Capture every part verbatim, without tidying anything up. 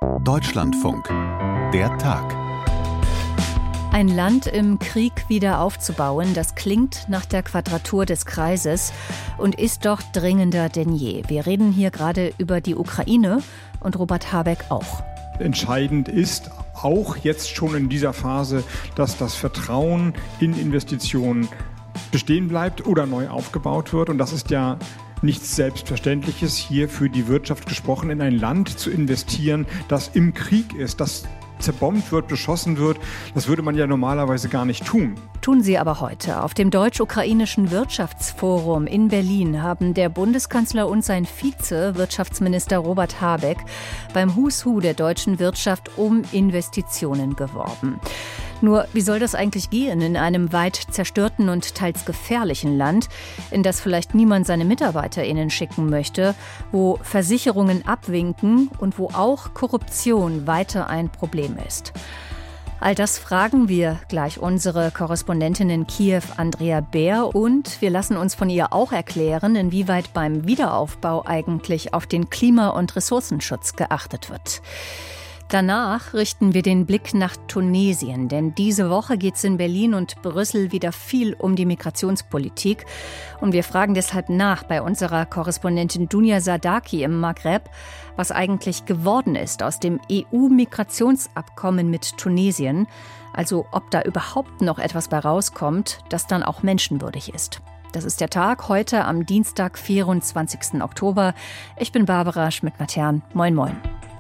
Deutschlandfunk. Der Tag. Ein Land im Krieg wieder aufzubauen, das klingt nach der Quadratur des Kreises und ist doch dringender denn je. Wir reden hier gerade über die Ukraine und Robert Habeck auch. Entscheidend ist auch jetzt schon in dieser Phase, dass das Vertrauen in Investitionen bestehen bleibt oder neu aufgebaut wird. Und das ist ja nichts Selbstverständliches, hier für die Wirtschaft gesprochen, in ein Land zu investieren, das im Krieg ist, das zerbombt wird, beschossen wird. Das würde man ja normalerweise gar nicht tun. Tun sie aber heute. Auf dem Deutsch-Ukrainischen Wirtschaftsforum in Berlin haben der Bundeskanzler und sein Vize, Wirtschaftsminister Robert Habeck, beim Who's Who der deutschen Wirtschaft um Investitionen geworben. Nur, wie soll das eigentlich gehen in einem weit zerstörten und teils gefährlichen Land, in das vielleicht niemand seine MitarbeiterInnen schicken möchte, wo Versicherungen abwinken und wo auch Korruption weiter ein Problem ist? All das fragen wir gleich unsere Korrespondentin in Kiew, Andrea Beer, und wir lassen uns von ihr auch erklären, inwieweit beim Wiederaufbau eigentlich auf den Klima- und Ressourcenschutz geachtet wird. Danach richten wir den Blick nach Tunesien, denn diese Woche geht es in Berlin und Brüssel wieder viel um die Migrationspolitik. Und wir fragen deshalb nach bei unserer Korrespondentin Dunja Sadaki im Maghreb, was eigentlich geworden ist aus dem E U-Migrationsabkommen mit Tunesien. Also ob da überhaupt noch etwas bei rauskommt, das dann auch menschenwürdig ist. Das ist der Tag heute am Dienstag, vierundzwanzigsten Oktober. Ich bin Barbara Schmidt-Matern. Moin, moin.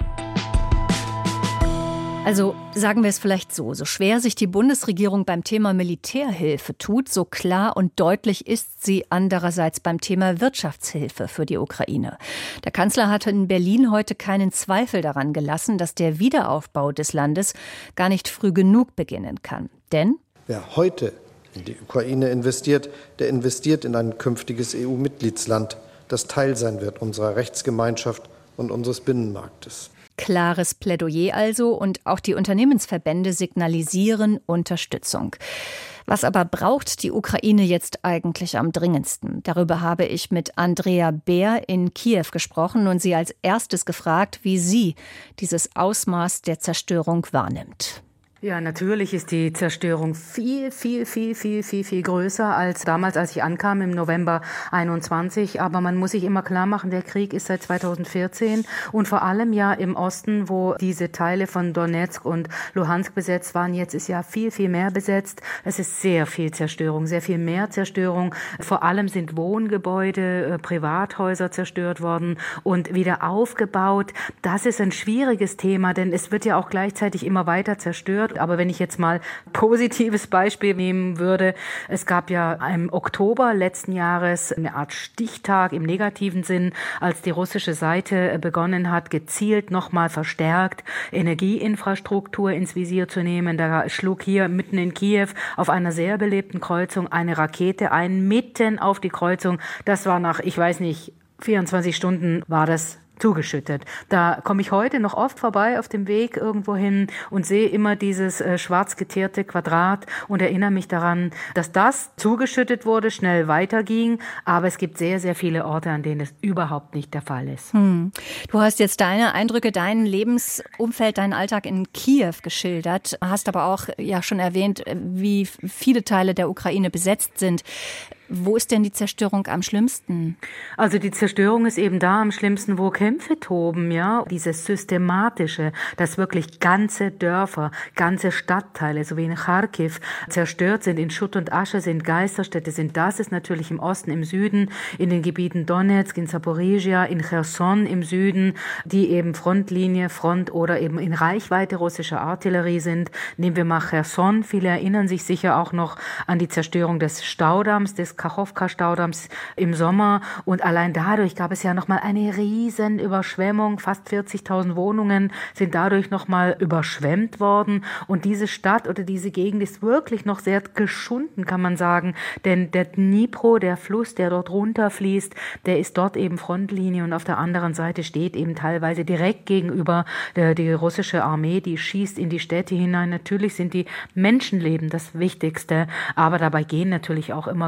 Also sagen wir es vielleicht so, so schwer sich die Bundesregierung beim Thema Militärhilfe tut, so klar und deutlich ist sie andererseits beim Thema Wirtschaftshilfe für die Ukraine. Der Kanzler hat in Berlin heute keinen Zweifel daran gelassen, dass der Wiederaufbau des Landes gar nicht früh genug beginnen kann. Denn wer heute in die Ukraine investiert, der investiert in ein künftiges E U-Mitgliedsland, das Teil sein wird unserer Rechtsgemeinschaft und unseres Binnenmarktes. Klares Plädoyer also, und auch die Unternehmensverbände signalisieren Unterstützung. Was aber braucht die Ukraine jetzt eigentlich am dringendsten? Darüber habe ich mit Andrea Beer in Kiew gesprochen und sie als erstes gefragt, wie sie dieses Ausmaß der Zerstörung wahrnimmt. Ja, natürlich ist die Zerstörung viel, viel, viel, viel, viel, viel größer als damals, als ich ankam im November einundzwanzig. Aber man muss sich immer klar machen, der Krieg ist seit zweitausendvierzehn und vor allem ja im Osten, wo diese Teile von Donetsk und Luhansk besetzt waren. Jetzt ist ja viel, viel mehr besetzt. Es ist sehr viel Zerstörung, sehr viel mehr Zerstörung. Vor allem sind Wohngebäude, Privathäuser zerstört worden und wieder aufgebaut. Das ist ein schwieriges Thema, denn es wird ja auch gleichzeitig immer weiter zerstört. Aber wenn ich jetzt mal ein positives Beispiel nehmen würde, es gab ja im Oktober letzten Jahres eine Art Stichtag im negativen Sinn, als die russische Seite begonnen hat, gezielt nochmal verstärkt Energieinfrastruktur ins Visier zu nehmen. Da schlug hier mitten in Kiew auf einer sehr belebten Kreuzung eine Rakete ein, mitten auf die Kreuzung. Das war nach, ich weiß nicht, vierundzwanzig Stunden war das zugeschüttet. Da komme ich heute noch oft vorbei auf dem Weg irgendwo hin und sehe immer dieses äh, schwarz geteerte Quadrat und erinnere mich daran, dass das zugeschüttet wurde, schnell weiterging, aber es gibt sehr, sehr viele Orte, an denen es überhaupt nicht der Fall ist. Hm. Du hast jetzt deine Eindrücke, dein Lebensumfeld, deinen Alltag in Kiew geschildert, hast aber auch ja schon erwähnt, wie viele Teile der Ukraine besetzt sind. Wo ist denn die Zerstörung am schlimmsten? Also die Zerstörung ist eben da am schlimmsten, wo Kämpfe toben, ja. Dieses Systematische, dass wirklich ganze Dörfer, ganze Stadtteile, so wie in Kharkiv, zerstört sind, in Schutt und Asche sind, Geisterstädte sind. Das ist natürlich im Osten, im Süden, in den Gebieten Donetsk, in Zaporizhia, in Cherson im Süden, die eben Frontlinie, Front oder eben in Reichweite russischer Artillerie sind. Nehmen wir mal Cherson. Viele erinnern sich sicher auch noch an die Zerstörung des Staudamms, des Kachowka-Staudamms im Sommer. Und allein dadurch gab es ja nochmal eine riesen Überschwemmung. Fast vierzigtausend Wohnungen sind dadurch nochmal überschwemmt worden. Und diese Stadt oder diese Gegend ist wirklich noch sehr geschunden, kann man sagen. Denn der Dnipro, der Fluss, der dort runterfließt, der ist dort eben Frontlinie. Und auf der anderen Seite steht eben teilweise direkt gegenüber der, die russische Armee, die schießt in die Städte hinein. Natürlich sind die Menschenleben das Wichtigste. Aber dabei gehen natürlich auch immer Gebäude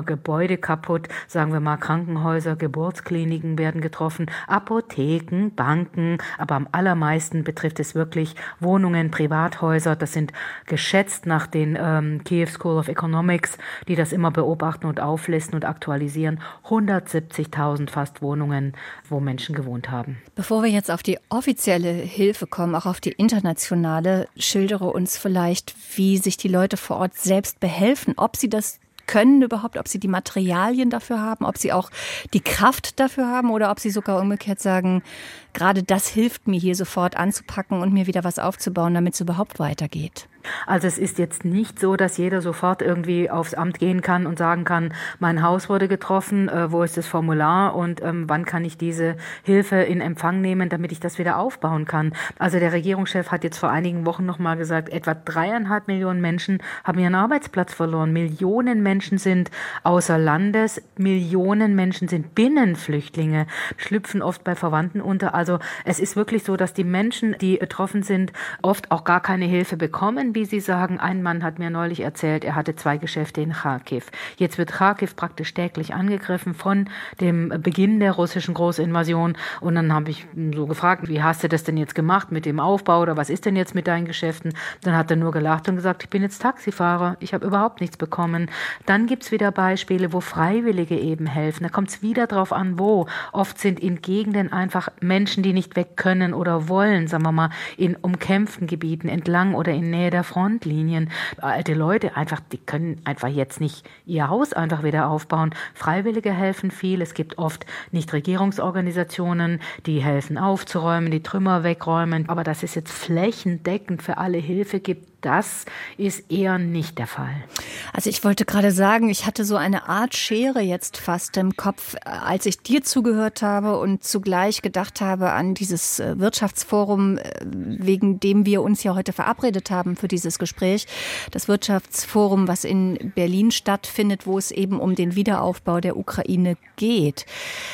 Gebäude kaputt, sagen wir mal Krankenhäuser, Geburtskliniken werden getroffen, Apotheken, Banken, aber am allermeisten betrifft es wirklich Wohnungen, Privathäuser. Das sind geschätzt nach den ähm, Kiew School of Economics, die das immer beobachten und auflisten und aktualisieren, hundertsiebzigtausend fast Wohnungen, wo Menschen gewohnt haben. Bevor wir jetzt auf die offizielle Hilfe kommen, auch auf die internationale, schildere uns vielleicht, wie sich die Leute vor Ort selbst behelfen, ob sie das können überhaupt, ob sie die Materialien dafür haben, ob sie auch die Kraft dafür haben oder ob sie sogar umgekehrt sagen, gerade das hilft mir hier sofort anzupacken und mir wieder was aufzubauen, damit es überhaupt weitergeht. Also es ist jetzt nicht so, dass jeder sofort irgendwie aufs Amt gehen kann und sagen kann, mein Haus wurde getroffen, äh, wo ist das Formular und ähm, wann kann ich diese Hilfe in Empfang nehmen, damit ich das wieder aufbauen kann. Also der Regierungschef hat jetzt vor einigen Wochen noch mal gesagt, etwa dreieinhalb Millionen Menschen haben ihren Arbeitsplatz verloren. Millionen Menschen sind außer Landes, Millionen Menschen sind Binnenflüchtlinge, schlüpfen oft bei Verwandten unter. Also es ist wirklich so, dass die Menschen, die betroffen sind, oft auch gar keine Hilfe bekommen. Wie Sie sagen, ein Mann hat mir neulich erzählt, er hatte zwei Geschäfte in Charkiw. Jetzt wird Charkiw praktisch täglich angegriffen von dem Beginn der russischen Großinvasion. Und dann habe ich so gefragt, wie hast du das denn jetzt gemacht mit dem Aufbau oder was ist denn jetzt mit deinen Geschäften? Dann hat er nur gelacht und gesagt, ich bin jetzt Taxifahrer, ich habe überhaupt nichts bekommen. Dann gibt es wieder Beispiele, wo Freiwillige eben helfen. Da kommt es wieder drauf an, wo. Oft sind in Gegenden einfach Menschen, die nicht weg können oder wollen, sagen wir mal, in umkämpften Gebieten entlang oder in Nähe der Frontlinien. Alte Leute einfach, die können einfach jetzt nicht ihr Haus einfach wieder aufbauen. Freiwillige helfen viel. Es gibt oft Nichtregierungsorganisationen, die helfen aufzuräumen, die Trümmer wegräumen. Aber dass es jetzt flächendeckend für alle Hilfe gibt, das ist eher nicht der Fall. Also ich wollte gerade sagen, ich hatte so eine Art Schere jetzt fast im Kopf, als ich dir zugehört habe und zugleich gedacht habe an dieses Wirtschaftsforum, wegen dem wir uns ja heute verabredet haben für dieses Gespräch. Das Wirtschaftsforum, was in Berlin stattfindet, wo es eben um den Wiederaufbau der Ukraine geht.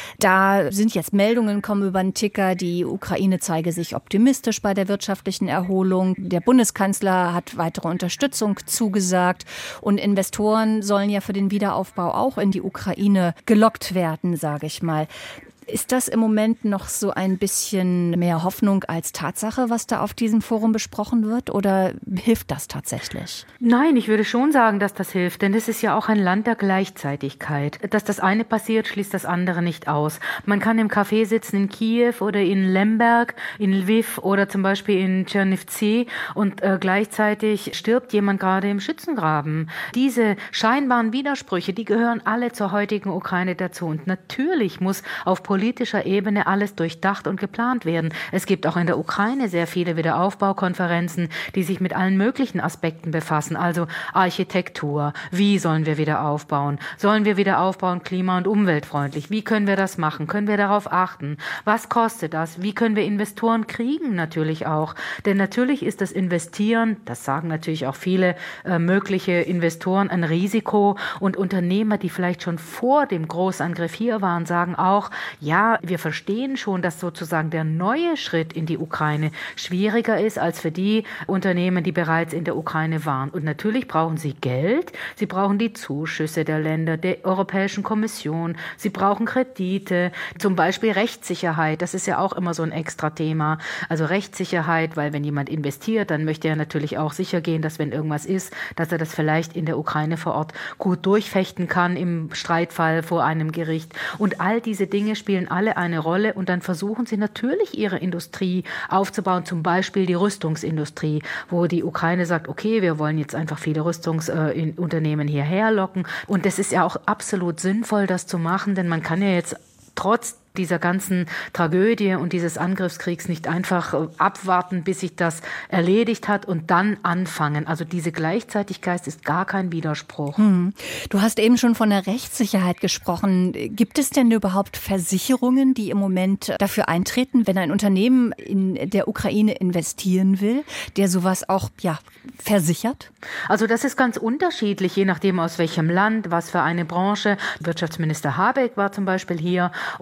Da sind jetzt Meldungen, kommen über den Ticker, die Ukraine zeige sich optimistisch bei der wirtschaftlichen Erholung. Der Bundeskanzler hat weitere Unterstützung zugesagt und Investoren sollen ja für den Wiederaufbau auch in die Ukraine gelockt werden, sage ich mal. Ist das im Moment noch so ein bisschen mehr Hoffnung als Tatsache, was da auf diesem Forum besprochen wird? Oder hilft das tatsächlich? Nein, ich würde schon sagen, dass das hilft, denn es ist ja auch ein Land der Gleichzeitigkeit. Dass das eine passiert, schließt das andere nicht aus. Man kann im Café sitzen in Kiew oder in Lemberg, in Lviv oder zum Beispiel in Tschernivtsi und äh, gleichzeitig stirbt jemand gerade im Schützengraben. Diese scheinbaren Widersprüche, die gehören alle zur heutigen Ukraine dazu. Und natürlich muss auf politischer Ebene alles durchdacht und geplant werden. Es gibt auch in der Ukraine sehr viele Wiederaufbaukonferenzen, die sich mit allen möglichen Aspekten befassen. Also Architektur, wie sollen wir wieder aufbauen? Sollen wir wieder aufbauen klima- und umweltfreundlich? Wie können wir das machen? Können wir darauf achten? Was kostet das? Wie können wir Investoren kriegen? Natürlich auch. Denn natürlich ist das Investieren, das sagen natürlich auch viele äh, mögliche Investoren, ein Risiko. Und Unternehmer, die vielleicht schon vor dem Großangriff hier waren, sagen auch, ja, wir verstehen schon, dass sozusagen der neue Schritt in die Ukraine schwieriger ist als für die Unternehmen, die bereits in der Ukraine waren. Und natürlich brauchen sie Geld, sie brauchen die Zuschüsse der Länder, der Europäischen Kommission, sie brauchen Kredite, zum Beispiel Rechtssicherheit, das ist ja auch immer so ein extra Thema. Also Rechtssicherheit, weil wenn jemand investiert, dann möchte er natürlich auch sicher gehen, dass wenn irgendwas ist, dass er das vielleicht in der Ukraine vor Ort gut durchfechten kann im Streitfall vor einem Gericht. Und all diese Dinge spielen alle eine Rolle und dann versuchen sie natürlich ihre Industrie aufzubauen, zum Beispiel die Rüstungsindustrie, wo die Ukraine sagt, okay, wir wollen jetzt einfach viele Rüstungsunternehmen hierher locken und das ist ja auch absolut sinnvoll, das zu machen, denn man kann ja jetzt trotz dieser ganzen Tragödie und dieses Angriffskriegs nicht einfach abwarten, bis sich das erledigt hat und dann anfangen. Also diese Gleichzeitigkeit ist gar kein Widerspruch. Hm. Du hast eben schon von der Rechtssicherheit gesprochen. Gibt es denn überhaupt Versicherungen, die im Moment dafür eintreten, wenn ein Unternehmen in der Ukraine investieren will, der sowas auch ja, versichert? Also das ist ganz unterschiedlich, je nachdem aus welchem Land, was für eine Branche. Wirtschaftsminister Habeck war zum Beispiel hier und die haben gesagt,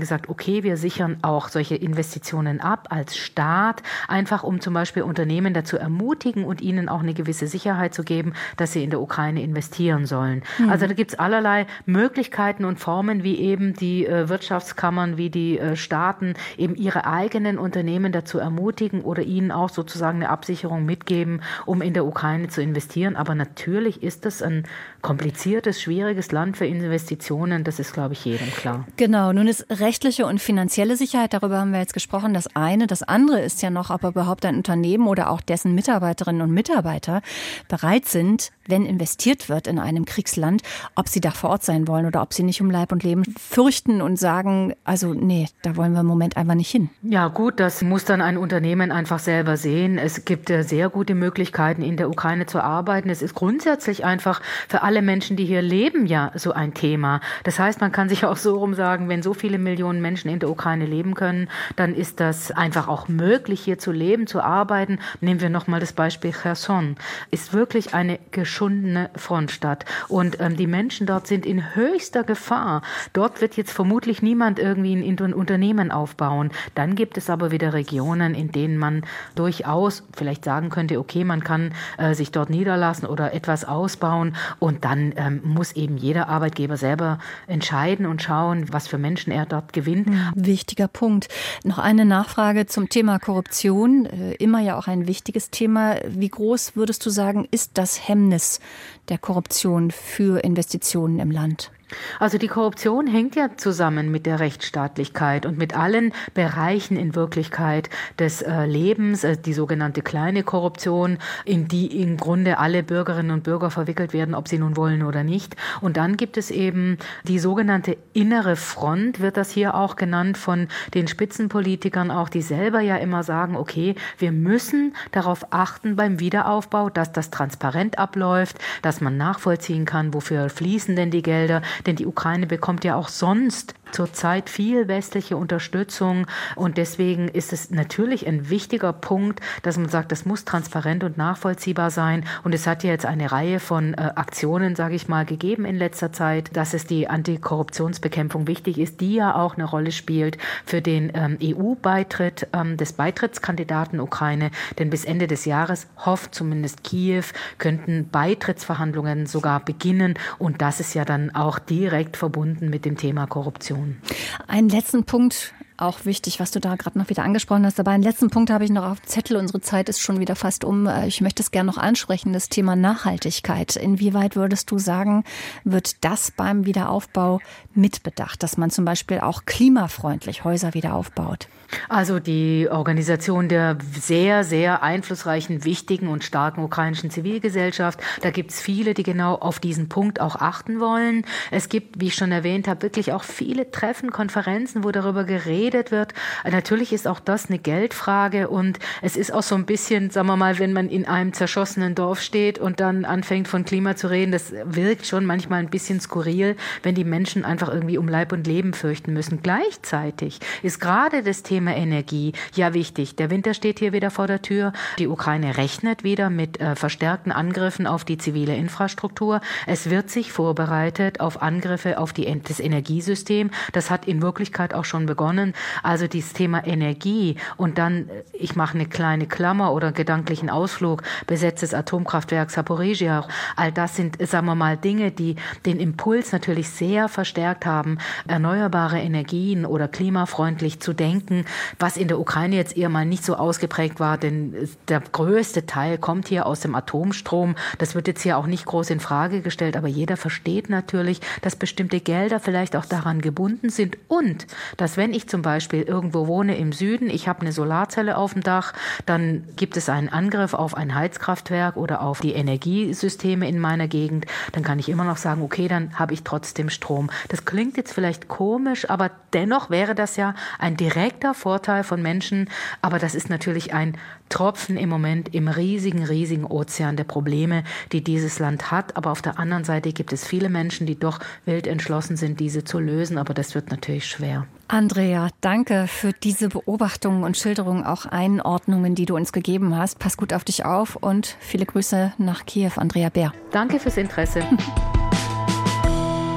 gesagt, okay, wir sichern auch solche Investitionen ab als Staat, einfach um zum Beispiel Unternehmen dazu ermutigen und ihnen auch eine gewisse Sicherheit zu geben, dass sie in der Ukraine investieren sollen. Mhm. Also da gibt es allerlei Möglichkeiten und Formen, wie eben die äh, Wirtschaftskammern, wie die äh, Staaten eben ihre eigenen Unternehmen dazu ermutigen oder ihnen auch sozusagen eine Absicherung mitgeben, um in der Ukraine zu investieren. Aber natürlich ist das ein kompliziertes, schwieriges Land für Investitionen. Das ist, glaube ich, jedem klar. Genau, nun ist rechtliche und finanzielle Sicherheit, darüber haben wir jetzt gesprochen, das eine. Das andere ist ja noch, ob überhaupt ein Unternehmen oder auch dessen Mitarbeiterinnen und Mitarbeiter bereit sind, wenn investiert wird in einem Kriegsland, ob sie da vor Ort sein wollen oder ob sie nicht um Leib und Leben fürchten und sagen, also nee, da wollen wir im Moment einfach nicht hin. Ja gut, das muss dann ein Unternehmen einfach selber sehen. Es gibt sehr gute Möglichkeiten, in der Ukraine zu arbeiten. Es ist grundsätzlich einfach für alle Menschen, die hier leben, ja so ein Thema. Das heißt, man kann sich auch so rum sagen, wenn so viele Millionen Menschen in der Ukraine leben können, dann ist das einfach auch möglich, hier zu leben, zu arbeiten. Nehmen wir nochmal das Beispiel Cherson. Ist wirklich eine geschundene Frontstadt. Und ähm, die Menschen dort sind in höchster Gefahr. Dort wird jetzt vermutlich niemand irgendwie ein Unternehmen aufbauen. Dann gibt es aber wieder Regionen, in denen man durchaus vielleicht sagen könnte, okay, man kann äh, sich dort niederlassen oder etwas ausbauen. Und dann ähm, muss eben jeder Arbeitgeber selber entscheiden und schauen, was für Menschen er dort gewinnt. Wichtiger Punkt. Noch eine Nachfrage zum Thema Korruption. Äh, immer ja auch ein wichtiges Thema. Wie groß würdest du sagen, ist das Hemmnis der Korruption für Investitionen im Land? Also die Korruption hängt ja zusammen mit der Rechtsstaatlichkeit und mit allen Bereichen in Wirklichkeit des äh, Lebens, äh, die sogenannte kleine Korruption, in die im Grunde alle Bürgerinnen und Bürger verwickelt werden, ob sie nun wollen oder nicht. Und dann gibt es eben die sogenannte innere Front, wird das hier auch genannt von den Spitzenpolitikern auch, die selber ja immer sagen, okay, wir müssen darauf achten beim Wiederaufbau, dass das transparent abläuft, dass man nachvollziehen kann, wofür fließen denn die Gelder. Denn die Ukraine bekommt ja auch sonst zurzeit viel westliche Unterstützung. Und deswegen ist es natürlich ein wichtiger Punkt, dass man sagt, das muss transparent und nachvollziehbar sein. Und es hat ja jetzt eine Reihe von äh, Aktionen, sage ich mal, gegeben in letzter Zeit, dass es die Antikorruptionsbekämpfung wichtig ist, die ja auch eine Rolle spielt für den ähm, E U-Beitritt ähm, des Beitrittskandidaten Ukraine. Denn bis Ende des Jahres hofft zumindest Kiew, könnten Beitrittsverhandlungen sogar beginnen. Und das ist ja dann auch direkt verbunden mit dem Thema Korruption. Einen letzten Punkt, auch wichtig, was du da gerade noch wieder angesprochen hast. Aber einen letzten Punkt habe ich noch auf dem Zettel. Unsere Zeit ist schon wieder fast um. Ich möchte es gerne noch ansprechen, das Thema Nachhaltigkeit. Inwieweit würdest du sagen, wird das beim Wiederaufbau mitbedacht, dass man zum Beispiel auch klimafreundlich Häuser wieder aufbaut? Also die Organisation der sehr, sehr einflussreichen, wichtigen und starken ukrainischen Zivilgesellschaft, da gibt es viele, die genau auf diesen Punkt auch achten wollen. Es gibt, wie ich schon erwähnt habe, wirklich auch viele Treffen, Konferenzen, wo darüber geredet wird. Natürlich ist auch das eine Geldfrage und es ist auch so ein bisschen, sagen wir mal, wenn man in einem zerschossenen Dorf steht und dann anfängt von Klima zu reden, das wirkt schon manchmal ein bisschen skurril, wenn die Menschen einfach irgendwie um Leib und Leben fürchten müssen. Gleichzeitig ist gerade das Thema Energie ja wichtig. Der Winter steht hier wieder vor der Tür. Die Ukraine rechnet wieder mit äh, verstärkten Angriffen auf die zivile Infrastruktur. Es wird sich vorbereitet auf Angriffe auf die, das Energiesystem. Das hat in Wirklichkeit auch schon begonnen. Also dieses Thema Energie und dann, ich mache eine kleine Klammer oder einen gedanklichen Ausflug, besetztes Atomkraftwerk Zaporizhzhia. All das sind, sagen wir mal, Dinge, die den Impuls natürlich sehr verstärkt haben, erneuerbare Energien oder klimafreundlich zu denken, was in der Ukraine jetzt eher mal nicht so ausgeprägt war, denn der größte Teil kommt hier aus dem Atomstrom. Das wird jetzt hier auch nicht groß in Frage gestellt, aber jeder versteht natürlich, dass bestimmte Gelder vielleicht auch daran gebunden sind und dass, wenn ich zum Beispiel irgendwo wohne im Süden, ich habe eine Solarzelle auf dem Dach, dann gibt es einen Angriff auf ein Heizkraftwerk oder auf die Energiesysteme in meiner Gegend, dann kann ich immer noch sagen, okay, dann habe ich trotzdem Strom. Das klingt jetzt vielleicht komisch, aber dennoch wäre das ja ein direkter Vorteil von Menschen, aber das ist natürlich ein Tropfen im Moment im riesigen, riesigen Ozean der Probleme, die dieses Land hat. Aber auf der anderen Seite gibt es viele Menschen, die doch wild entschlossen sind, diese zu lösen, aber das wird natürlich schwer. Andrea, danke für diese Beobachtungen und Schilderungen, auch Einordnungen, die du uns gegeben hast. Pass gut auf dich auf und viele Grüße nach Kiew, Andrea Bär. Danke fürs Interesse.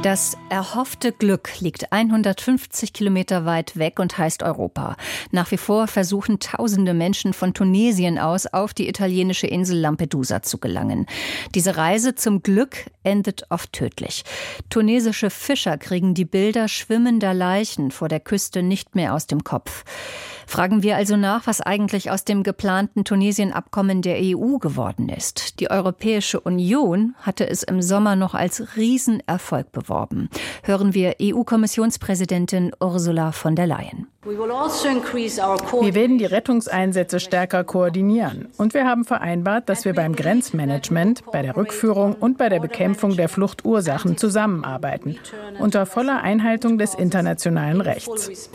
Das erhoffte Glück liegt hundertfünfzig Kilometer weit weg und heißt Europa. Nach wie vor versuchen tausende Menschen von Tunesien aus auf die italienische Insel Lampedusa zu gelangen. Diese Reise zum Glück endet oft tödlich. Tunesische Fischer kriegen die Bilder schwimmender Leichen vor der Küste nicht mehr aus dem Kopf. Fragen wir also nach, was eigentlich aus dem geplanten Tunesien-Abkommen der E U geworden ist. Die Europäische Union hatte es im Sommer noch als Riesenerfolg beworben. Hören wir E U-Kommissionspräsidentin Ursula von der Leyen. Wir werden die Rettungseinsätze stärker koordinieren. Und wir haben vereinbart, dass wir beim Grenzmanagement, bei der Rückführung und bei der Bekämpfung der Fluchtursachen zusammenarbeiten, unter voller Einhaltung des internationalen Rechts.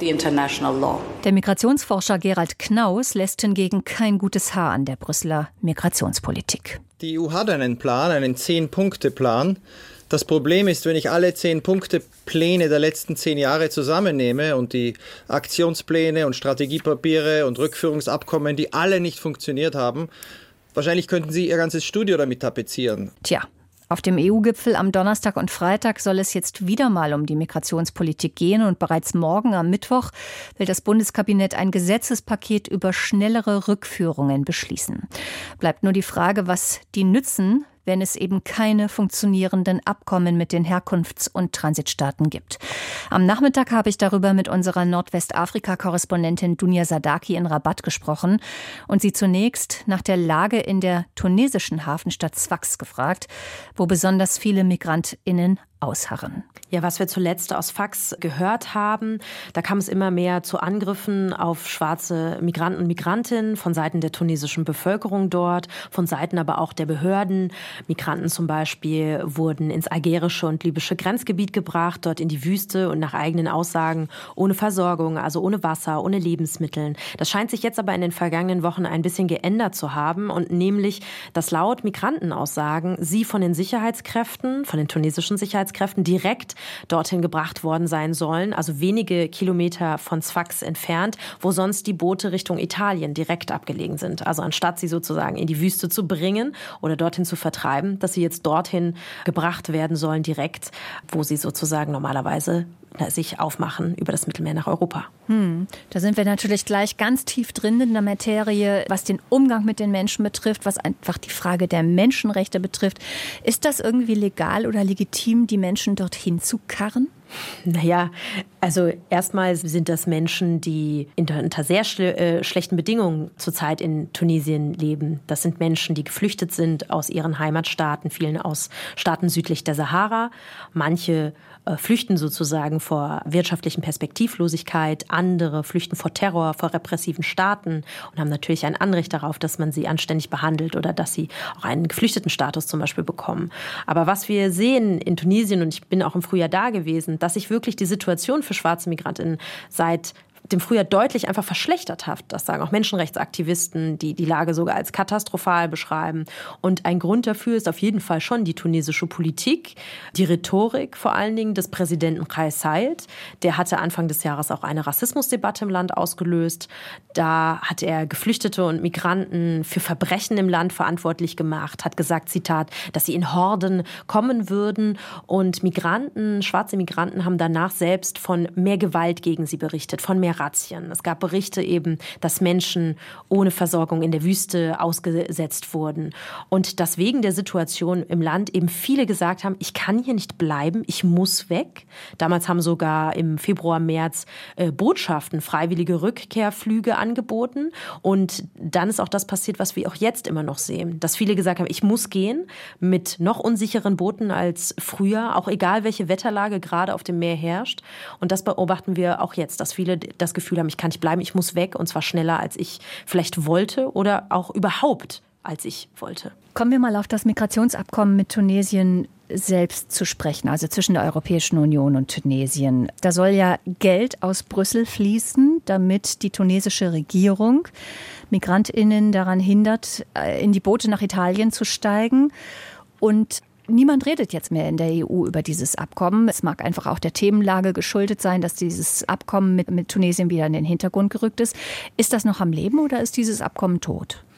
Der Migrationsforscher Gerald Knaus lässt hingegen kein gutes Haar an der Brüsseler Migrationspolitik. Die E U hat einen Plan, einen Zehn-Punkte-Plan. Das Problem ist, wenn ich alle Zehn-Punkte-Pläne der letzten zehn Jahre zusammennehme und die Aktionspläne und Strategiepapiere und Rückführungsabkommen, die alle nicht funktioniert haben, wahrscheinlich könnten Sie Ihr ganzes Studio damit tapezieren. Tja. Auf dem E U-Gipfel am Donnerstag und Freitag soll es jetzt wieder mal um die Migrationspolitik gehen. Und bereits morgen am Mittwoch will das Bundeskabinett ein Gesetzespaket über schnellere Rückführungen beschließen. Bleibt nur die Frage, was die nützen, wenn es eben keine funktionierenden Abkommen mit den Herkunfts- und Transitstaaten gibt. Am Nachmittag habe ich darüber mit unserer Nordwestafrika-Korrespondentin Dunja Sadaki in Rabat gesprochen und sie zunächst nach der Lage in der tunesischen Hafenstadt Sfax gefragt, wo besonders viele MigrantInnen ausharren. Ja, was wir zuletzt aus Sfax gehört haben, da kam es immer mehr zu Angriffen auf schwarze Migranten und Migrantinnen von Seiten der tunesischen Bevölkerung dort, von Seiten aber auch der Behörden. Migranten zum Beispiel wurden ins algerische und libysche Grenzgebiet gebracht, dort in die Wüste und nach eigenen Aussagen ohne Versorgung, also ohne Wasser, ohne Lebensmittel. Das scheint sich jetzt aber in den vergangenen Wochen ein bisschen geändert zu haben und nämlich, dass laut Migrantenaussagen sie von den Sicherheitskräften, von den tunesischen Sicherheitskräften direkt dorthin gebracht worden sein sollen, also wenige Kilometer von Sfax entfernt, wo sonst die Boote Richtung Italien direkt abgelegen sind. Also anstatt sie sozusagen in die Wüste zu bringen oder dorthin zu vertreiben, dass sie jetzt dorthin gebracht werden sollen direkt, wo sie sozusagen normalerweise sich aufmachen über das Mittelmeer nach Europa. Hm. Da sind wir natürlich gleich ganz tief drin in der Materie, was den Umgang mit den Menschen betrifft, was einfach die Frage der Menschenrechte betrifft. Ist das irgendwie legal oder legitim, die Menschen dorthin zu karren? Naja, also erstmal sind das Menschen, die unter sehr schle- äh, schlechten Bedingungen zurzeit in Tunesien leben. Das sind Menschen, die geflüchtet sind aus ihren Heimatstaaten, vielen aus Staaten südlich der Sahara. Manche äh, flüchten sozusagen vor wirtschaftlichen Perspektivlosigkeit, andere flüchten vor Terror, vor repressiven Staaten und haben natürlich ein Anrecht darauf, dass man sie anständig behandelt oder dass sie auch einen Geflüchtetenstatus zum Beispiel bekommen. Aber was wir sehen in Tunesien, und ich bin auch im Frühjahr da gewesen, dass sich wirklich die Situation für schwarze Migrantinnen seit dem Frühjahr deutlich einfach verschlechtert hat. Das sagen auch Menschenrechtsaktivisten, die die Lage sogar als katastrophal beschreiben. Und ein Grund dafür ist auf jeden Fall schon die tunesische Politik, die Rhetorik vor allen Dingen des Präsidenten Kais Saied. Der hatte Anfang des Jahres auch eine Rassismusdebatte im Land ausgelöst. Da hat er Geflüchtete und Migranten für Verbrechen im Land verantwortlich gemacht, hat gesagt, Zitat, dass sie in Horden kommen würden. Und Migranten, schwarze Migranten haben danach selbst von mehr Gewalt gegen sie berichtet, von mehr Razzien. Es gab Berichte eben, dass Menschen ohne Versorgung in der Wüste ausgesetzt wurden und dass wegen der Situation im Land eben viele gesagt haben, ich kann hier nicht bleiben, ich muss weg. Damals haben sogar im Februar, März äh, Botschaften freiwillige Rückkehrflüge angeboten und dann ist auch das passiert, was wir auch jetzt immer noch sehen, dass viele gesagt haben, ich muss gehen mit noch unsicheren Booten als früher, auch egal welche Wetterlage gerade auf dem Meer herrscht und das beobachten wir auch jetzt, dass viele das Gefühl haben, ich kann nicht bleiben, ich muss weg und zwar schneller, als ich vielleicht wollte oder auch überhaupt, als ich wollte. Kommen wir mal auf das Migrationsabkommen mit Tunesien selbst zu sprechen, also zwischen der Europäischen Union und Tunesien. Da soll ja Geld aus Brüssel fließen, damit die tunesische Regierung MigrantInnen daran hindert, in die Boote nach Italien zu steigen. Und niemand redet jetzt mehr in der E U über dieses Abkommen. Es mag einfach auch der Themenlage geschuldet sein, dass dieses Abkommen mit, mit Tunesien wieder in den Hintergrund gerückt ist. Ist das noch am Leben oder ist dieses Abkommen tot?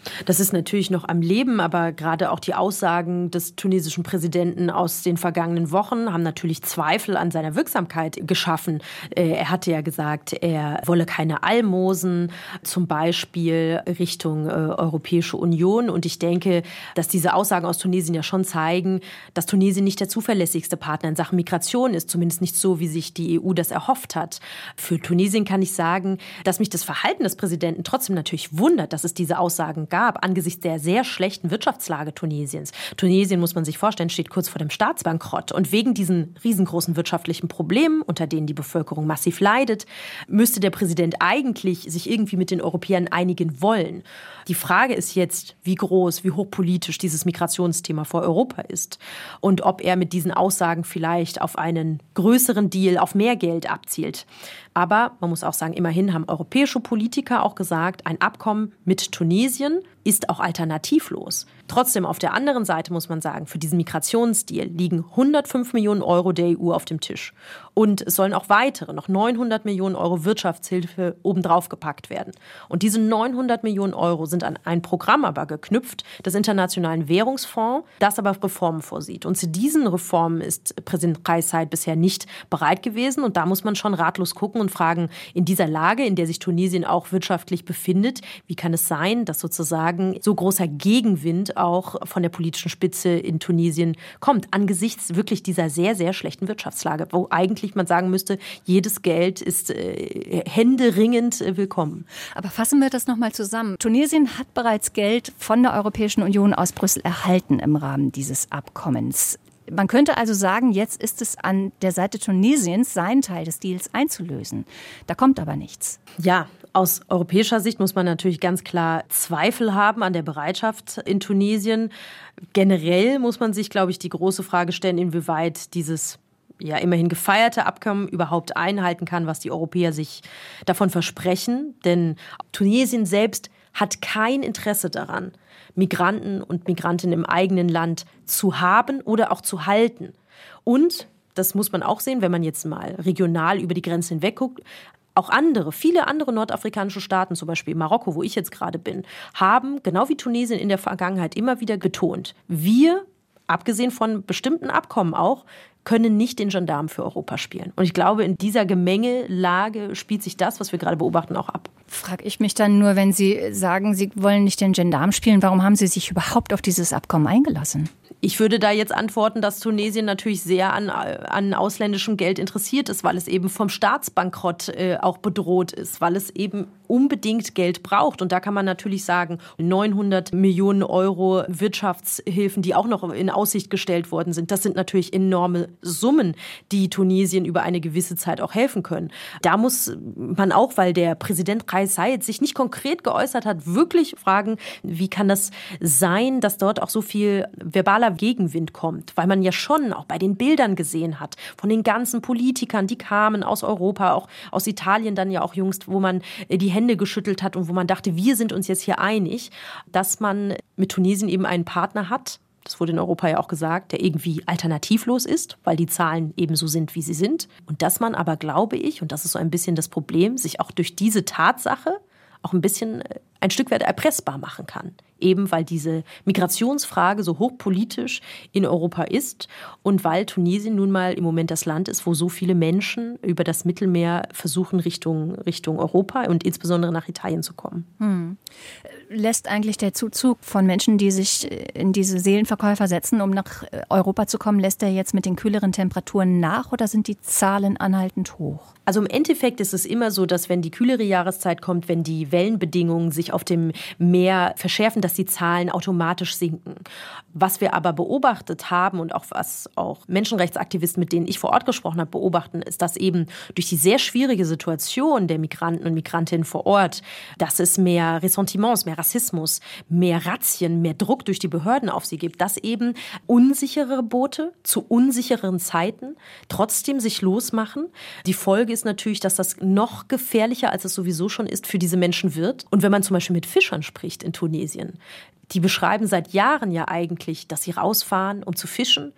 Das ist natürlich noch am Leben, aber gerade auch die Aussagen des tunesischen Präsidenten aus den vergangenen Wochen haben natürlich Zweifel an seiner Wirksamkeit geschaffen. Er hatte ja gesagt, er wolle keine Almosen, zum Beispiel Richtung äh, Europäische Union. Und ich denke, dass diese Aussagen aus Tunesien ja schon zeigen, dass Tunesien nicht der zuverlässigste Partner in Sachen Migration ist, zumindest nicht so, wie sich die E U das erhofft hat. Für Tunesien kann ich sagen, dass mich das Verhalten des Präsidenten trotzdem natürlich wundert, dass es diese Aussagen gab, angesichts der sehr schlechten Wirtschaftslage Tunesiens. Tunesien, muss man sich vorstellen, steht kurz vor dem Staatsbankrott. Und wegen diesen riesengroßen wirtschaftlichen Problemen, unter denen die Bevölkerung massiv leidet, müsste der Präsident eigentlich sich irgendwie mit den Europäern einigen wollen. Die Frage ist jetzt, wie groß, wie hochpolitisch dieses Migrationsthema vor Europa ist und ob er mit diesen Aussagen vielleicht auf einen größeren Deal, auf mehr Geld abzielt. Aber man muss auch sagen, immerhin haben europäische Politiker auch gesagt, ein Abkommen mit Tunesien ist auch alternativlos. Trotzdem, auf der anderen Seite muss man sagen, für diesen Migrationsdeal liegen hundertfünf Millionen Euro der E U auf dem Tisch. Und es sollen auch weitere, noch neunhundert Millionen Euro Wirtschaftshilfe obendrauf gepackt werden. Und diese neunhundert Millionen Euro sind an ein Programm aber geknüpft, des Internationalen Währungsfonds, das aber Reformen vorsieht. Und zu diesen Reformen ist Präsident Kais Saied bisher nicht bereit gewesen. Und da muss man schon ratlos gucken und fragen, in dieser Lage, in der sich Tunesien auch wirtschaftlich befindet, wie kann es sein, dass sozusagen so großer Gegenwind auch von der politischen Spitze in Tunesien kommt, angesichts wirklich dieser sehr, sehr schlechten Wirtschaftslage, wo eigentlich man sagen müsste, jedes Geld ist äh, händeringend äh, willkommen. Aber fassen wir das nochmal zusammen. Tunesien hat bereits Geld von der Europäischen Union aus Brüssel erhalten im Rahmen dieses Abkommens. Man könnte also sagen, jetzt ist es an der Seite Tunesiens, seinen Teil des Deals einzulösen. Da kommt aber nichts. Ja, aus europäischer Sicht muss man natürlich ganz klar Zweifel haben an der Bereitschaft in Tunesien. Generell muss man sich, glaube ich, die große Frage stellen, inwieweit dieses ja immerhin gefeierte Abkommen überhaupt einhalten kann, was die Europäer sich davon versprechen. Denn Tunesien selbst hat kein Interesse daran, Migranten und Migrantinnen im eigenen Land zu haben oder auch zu halten. Und, das muss man auch sehen, wenn man jetzt mal regional über die Grenze hinweg guckt, auch andere, viele andere nordafrikanische Staaten, zum Beispiel Marokko, wo ich jetzt gerade bin, haben, genau wie Tunesien in der Vergangenheit, immer wieder betont, wir, abgesehen von bestimmten Abkommen auch, können nicht den Gendarm für Europa spielen. Und ich glaube, in dieser Gemengelage spielt sich das, was wir gerade beobachten, auch ab. Frage ich mich dann nur, wenn Sie sagen, Sie wollen nicht den Gendarm spielen, warum haben Sie sich überhaupt auf dieses Abkommen eingelassen? Ich würde da jetzt antworten, dass Tunesien natürlich sehr an, an ausländischem Geld interessiert ist, weil es eben vom Staatsbankrott äh, auch bedroht ist, weil es eben unbedingt Geld braucht. Und da kann man natürlich sagen, neunhundert Millionen Euro Wirtschaftshilfen, die auch noch in Aussicht gestellt worden sind, das sind natürlich enorme Summen, die Tunesien über eine gewisse Zeit auch helfen können. Da muss man auch, weil der Präsident Kais Saied sich nicht konkret geäußert hat, wirklich fragen, wie kann das sein, dass dort auch so viel verbaler Gegenwind kommt, weil man ja schon auch bei den Bildern gesehen hat, von den ganzen Politikern, die kamen aus Europa, auch aus Italien dann ja auch jüngst, wo man die Hände geschüttelt hat und wo man dachte, wir sind uns jetzt hier einig, dass man mit Tunesien eben einen Partner hat, das wurde in Europa ja auch gesagt, der irgendwie alternativlos ist, weil die Zahlen eben so sind, wie sie sind. Und dass man aber, glaube ich, und das ist so ein bisschen das Problem, sich auch durch diese Tatsache auch ein bisschen ein Stück weit erpressbar machen kann. Eben weil diese Migrationsfrage so hochpolitisch in Europa ist und weil Tunesien nun mal im Moment das Land ist, wo so viele Menschen über das Mittelmeer versuchen, Richtung, Richtung Europa und insbesondere nach Italien zu kommen. Hm. Lässt eigentlich der Zuzug von Menschen, die sich in diese Seelenverkäufer setzen, um nach Europa zu kommen, lässt der jetzt mit den kühleren Temperaturen nach oder sind die Zahlen anhaltend hoch? Also im Endeffekt ist es immer so, dass wenn die kühlere Jahreszeit kommt, wenn die Wellenbedingungen sich auf dem Meer verschärfen, dass die Zahlen automatisch sinken. Was wir aber beobachtet haben und auch was auch Menschenrechtsaktivisten, mit denen ich vor Ort gesprochen habe, beobachten, ist, dass eben durch die sehr schwierige Situation der Migranten und Migrantinnen vor Ort, dass es mehr Ressentiments, mehr Rassismus, mehr Razzien, mehr Druck durch die Behörden auf sie gibt, dass eben unsichere Boote zu unsicheren Zeiten trotzdem sich losmachen. Die Folge ist natürlich, dass das noch gefährlicher, als es sowieso schon ist, für diese Menschen wird. Und wenn man zum Beispiel mit Fischern spricht in Tunesien, die beschreiben seit Jahren ja eigentlich, dass sie rausfahren, um zu fischen.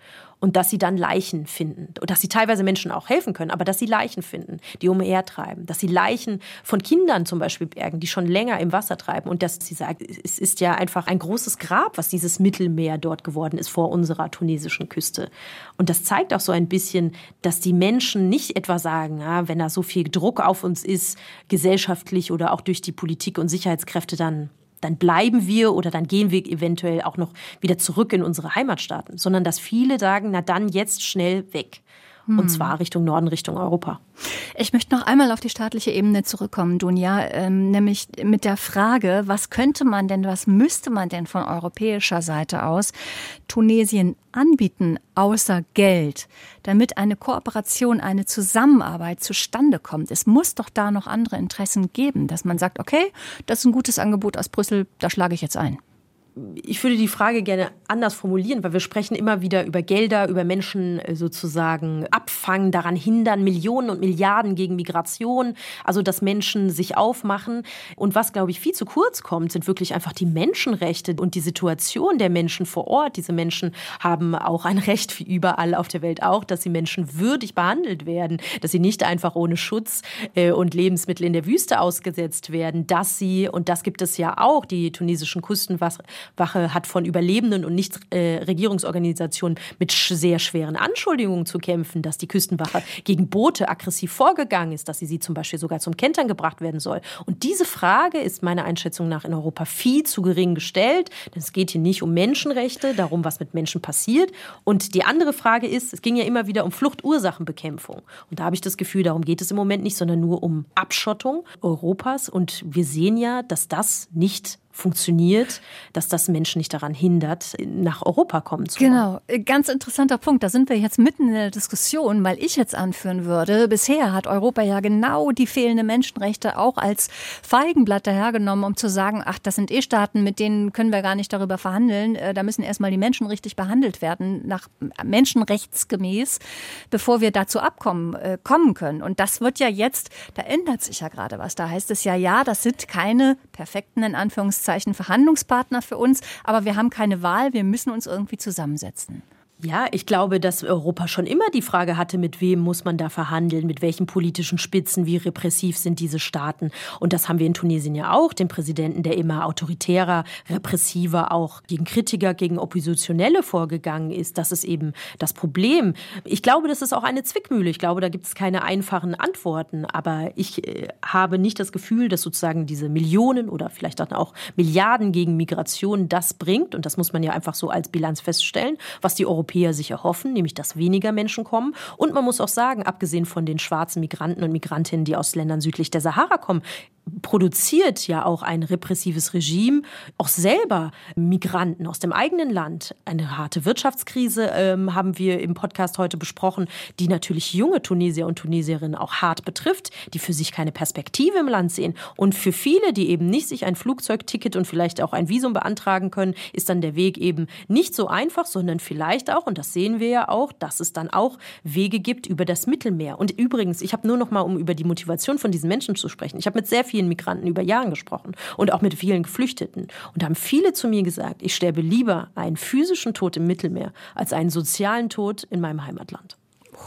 Und dass sie dann Leichen finden. Und dass sie teilweise Menschen auch helfen können, aber dass sie Leichen finden, die umhertreiben. Dass sie Leichen von Kindern zum Beispiel bergen, die schon länger im Wasser treiben. Und dass sie sagen, es ist ja einfach ein großes Grab, was dieses Mittelmeer dort geworden ist vor unserer tunesischen Küste. Und das zeigt auch so ein bisschen, dass die Menschen nicht etwa sagen, ja, wenn da so viel Druck auf uns ist, gesellschaftlich oder auch durch die Politik und Sicherheitskräfte, dann dann bleiben wir oder dann gehen wir eventuell auch noch wieder zurück in unsere Heimatstaaten, sondern dass viele sagen, na dann jetzt schnell weg. Hm. Und zwar Richtung Norden, Richtung Europa. Ich möchte noch einmal auf die staatliche Ebene zurückkommen, Dunja, ähm, nämlich mit der Frage, was könnte man denn, was müsste man denn von europäischer Seite aus Tunesien anbieten, außer Geld, damit eine Kooperation, eine Zusammenarbeit zustande kommt. Es muss doch da noch andere Interessen geben, dass man sagt, okay, das ist ein gutes Angebot aus Brüssel, da schlage ich jetzt ein. Ich würde die Frage gerne anders formulieren, weil wir sprechen immer wieder über Gelder, über Menschen sozusagen abfangen, daran hindern, Millionen und Milliarden gegen Migration, also dass Menschen sich aufmachen. Und was, glaube ich, viel zu kurz kommt, sind wirklich einfach die Menschenrechte und die Situation der Menschen vor Ort. Diese Menschen haben auch ein Recht, wie überall auf der Welt auch, dass sie menschenwürdig behandelt werden, dass sie nicht einfach ohne Schutz und Lebensmittel in der Wüste ausgesetzt werden, dass sie, und das gibt es ja auch, die tunesischen Küstenwache Wache hat von Überlebenden und Nichtregierungsorganisationen äh, mit sch- sehr schweren Anschuldigungen zu kämpfen, dass die Küstenwache gegen Boote aggressiv vorgegangen ist, dass sie, sie zum Beispiel sogar zum Kentern gebracht werden soll. Und diese Frage ist meiner Einschätzung nach in Europa viel zu gering gestellt, denn es geht hier nicht um Menschenrechte, darum, was mit Menschen passiert. Und die andere Frage ist, es ging ja immer wieder um Fluchtursachenbekämpfung. Und da habe ich das Gefühl, darum geht es im Moment nicht, sondern nur um Abschottung Europas. Und wir sehen ja, dass das nicht funktioniert, dass das Menschen nicht daran hindert, nach Europa kommen zu wollen. Genau, ganz interessanter Punkt. Da sind wir jetzt mitten in der Diskussion, weil ich jetzt anführen würde, bisher hat Europa ja genau die fehlenden Menschenrechte auch als Feigenblatt dahergenommen, um zu sagen, ach, das sind eh Staaten, mit denen können wir gar nicht darüber verhandeln. Da müssen erstmal die Menschen richtig behandelt werden, nach menschenrechtsgemäß, bevor wir dazu Abkommen äh, kommen können. Und das wird ja jetzt, da ändert sich ja gerade was. Da heißt es ja, ja, das sind keine perfekten, in Anführungszeichen, Verhandlungspartner für uns, aber wir haben keine Wahl, wir müssen uns irgendwie zusammensetzen. Ja, ich glaube, dass Europa schon immer die Frage hatte, mit wem muss man da verhandeln, mit welchen politischen Spitzen, wie repressiv sind diese Staaten. Und das haben wir in Tunesien ja auch, den Präsidenten, der immer autoritärer, repressiver auch gegen Kritiker, gegen Oppositionelle vorgegangen ist. Das ist eben das Problem. Ich glaube, das ist auch eine Zwickmühle. Ich glaube, da gibt es keine einfachen Antworten. Aber ich äh, habe nicht das Gefühl, dass sozusagen diese Millionen oder vielleicht auch Milliarden gegen Migration das bringt. Und das muss man ja einfach so als Bilanz feststellen, was die Europäer sich erhoffen, nämlich dass weniger Menschen kommen. Und man muss auch sagen, abgesehen von den schwarzen Migranten und Migrantinnen, die aus Ländern südlich der Sahara kommen, produziert ja auch ein repressives Regime auch selber Migranten aus dem eigenen Land. Eine harte Wirtschaftskrise ähm, haben wir im Podcast heute besprochen, die natürlich junge Tunesier und Tunesierinnen auch hart betrifft, die für sich keine Perspektive im Land sehen. Und für viele, die eben nicht sich ein Flugzeugticket und vielleicht auch ein Visum beantragen können, ist dann der Weg eben nicht so einfach, sondern vielleicht auch, und das sehen wir ja auch, dass es dann auch Wege gibt über das Mittelmeer. Und übrigens, ich habe nur noch mal, um über die Motivation von diesen Menschen zu sprechen, ich habe mit sehr vielen Migranten über Jahre gesprochen und auch mit vielen Geflüchteten. Und da haben viele zu mir gesagt, ich sterbe lieber einen physischen Tod im Mittelmeer als einen sozialen Tod in meinem Heimatland.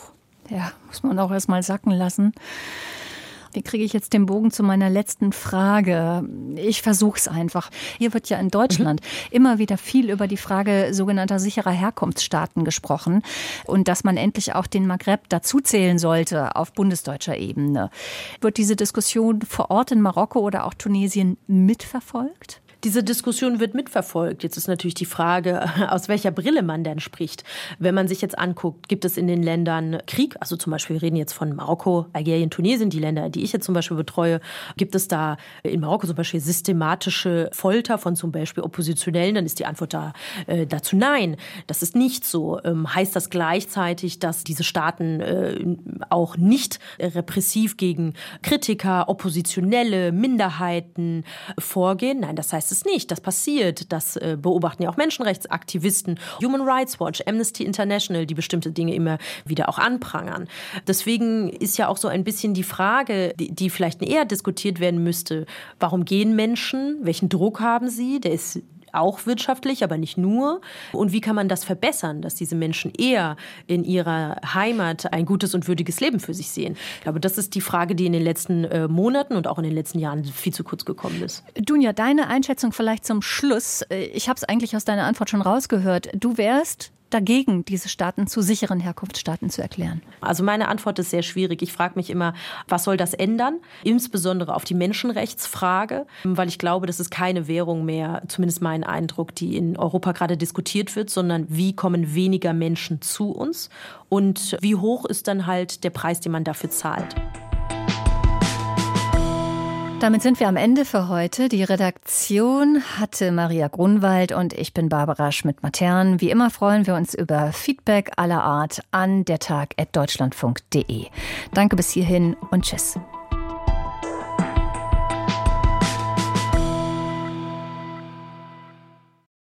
Ja, muss man auch erst mal sacken lassen. Wie kriege ich jetzt den Bogen zu meiner letzten Frage? Ich versuche es einfach. Hier wird ja in Deutschland mhm. immer wieder viel über die Frage sogenannter sicherer Herkunftsstaaten gesprochen und dass man endlich auch den Maghreb dazuzählen sollte auf bundesdeutscher Ebene. Wird diese Diskussion vor Ort in Marokko oder auch Tunesien mitverfolgt? Diese Diskussion wird mitverfolgt. Jetzt ist natürlich die Frage, aus welcher Brille man denn spricht. Wenn man sich jetzt anguckt, gibt es in den Ländern Krieg, also zum Beispiel, wir reden jetzt von Marokko, Algerien, Tunesien, die Länder, die ich jetzt zum Beispiel betreue, gibt es da in Marokko zum Beispiel systematische Folter von zum Beispiel Oppositionellen, dann ist die Antwort da, äh, dazu nein. Das ist nicht so. Ähm, heißt das gleichzeitig, dass diese Staaten äh, auch nicht repressiv gegen Kritiker, Oppositionelle, Minderheiten vorgehen? Nein, das heißt es nicht. Das passiert. Das äh, beobachten ja auch Menschenrechtsaktivisten, Human Rights Watch, Amnesty International, die bestimmte Dinge immer wieder auch anprangern. Deswegen ist ja auch so ein bisschen die Frage, die, die vielleicht eher diskutiert werden müsste, warum gehen Menschen, welchen Druck haben sie? Der ist auch wirtschaftlich, aber nicht nur. Und wie kann man das verbessern, dass diese Menschen eher in ihrer Heimat ein gutes und würdiges Leben für sich sehen? Ich glaube, das ist die Frage, die in den letzten äh, Monaten und auch in den letzten Jahren viel zu kurz gekommen ist. Dunja, deine Einschätzung vielleicht zum Schluss. Ich habe es eigentlich aus deiner Antwort schon rausgehört. Du wärst dagegen, diese Staaten zu sicheren Herkunftsstaaten zu erklären? Also meine Antwort ist sehr schwierig. Ich frage mich immer, was soll das ändern? Insbesondere auf die Menschenrechtsfrage, weil ich glaube, das ist keine Währung mehr, zumindest mein Eindruck, die in Europa gerade diskutiert wird, sondern wie kommen weniger Menschen zu uns und wie hoch ist dann halt der Preis, den man dafür zahlt. Damit sind wir am Ende für heute. Die Redaktion hatte Maria Grunwald und ich bin Barbara Schmidt-Matern. Wie immer freuen wir uns über Feedback aller Art an dertag at deutschlandfunk punkt de. Danke bis hierhin und tschüss.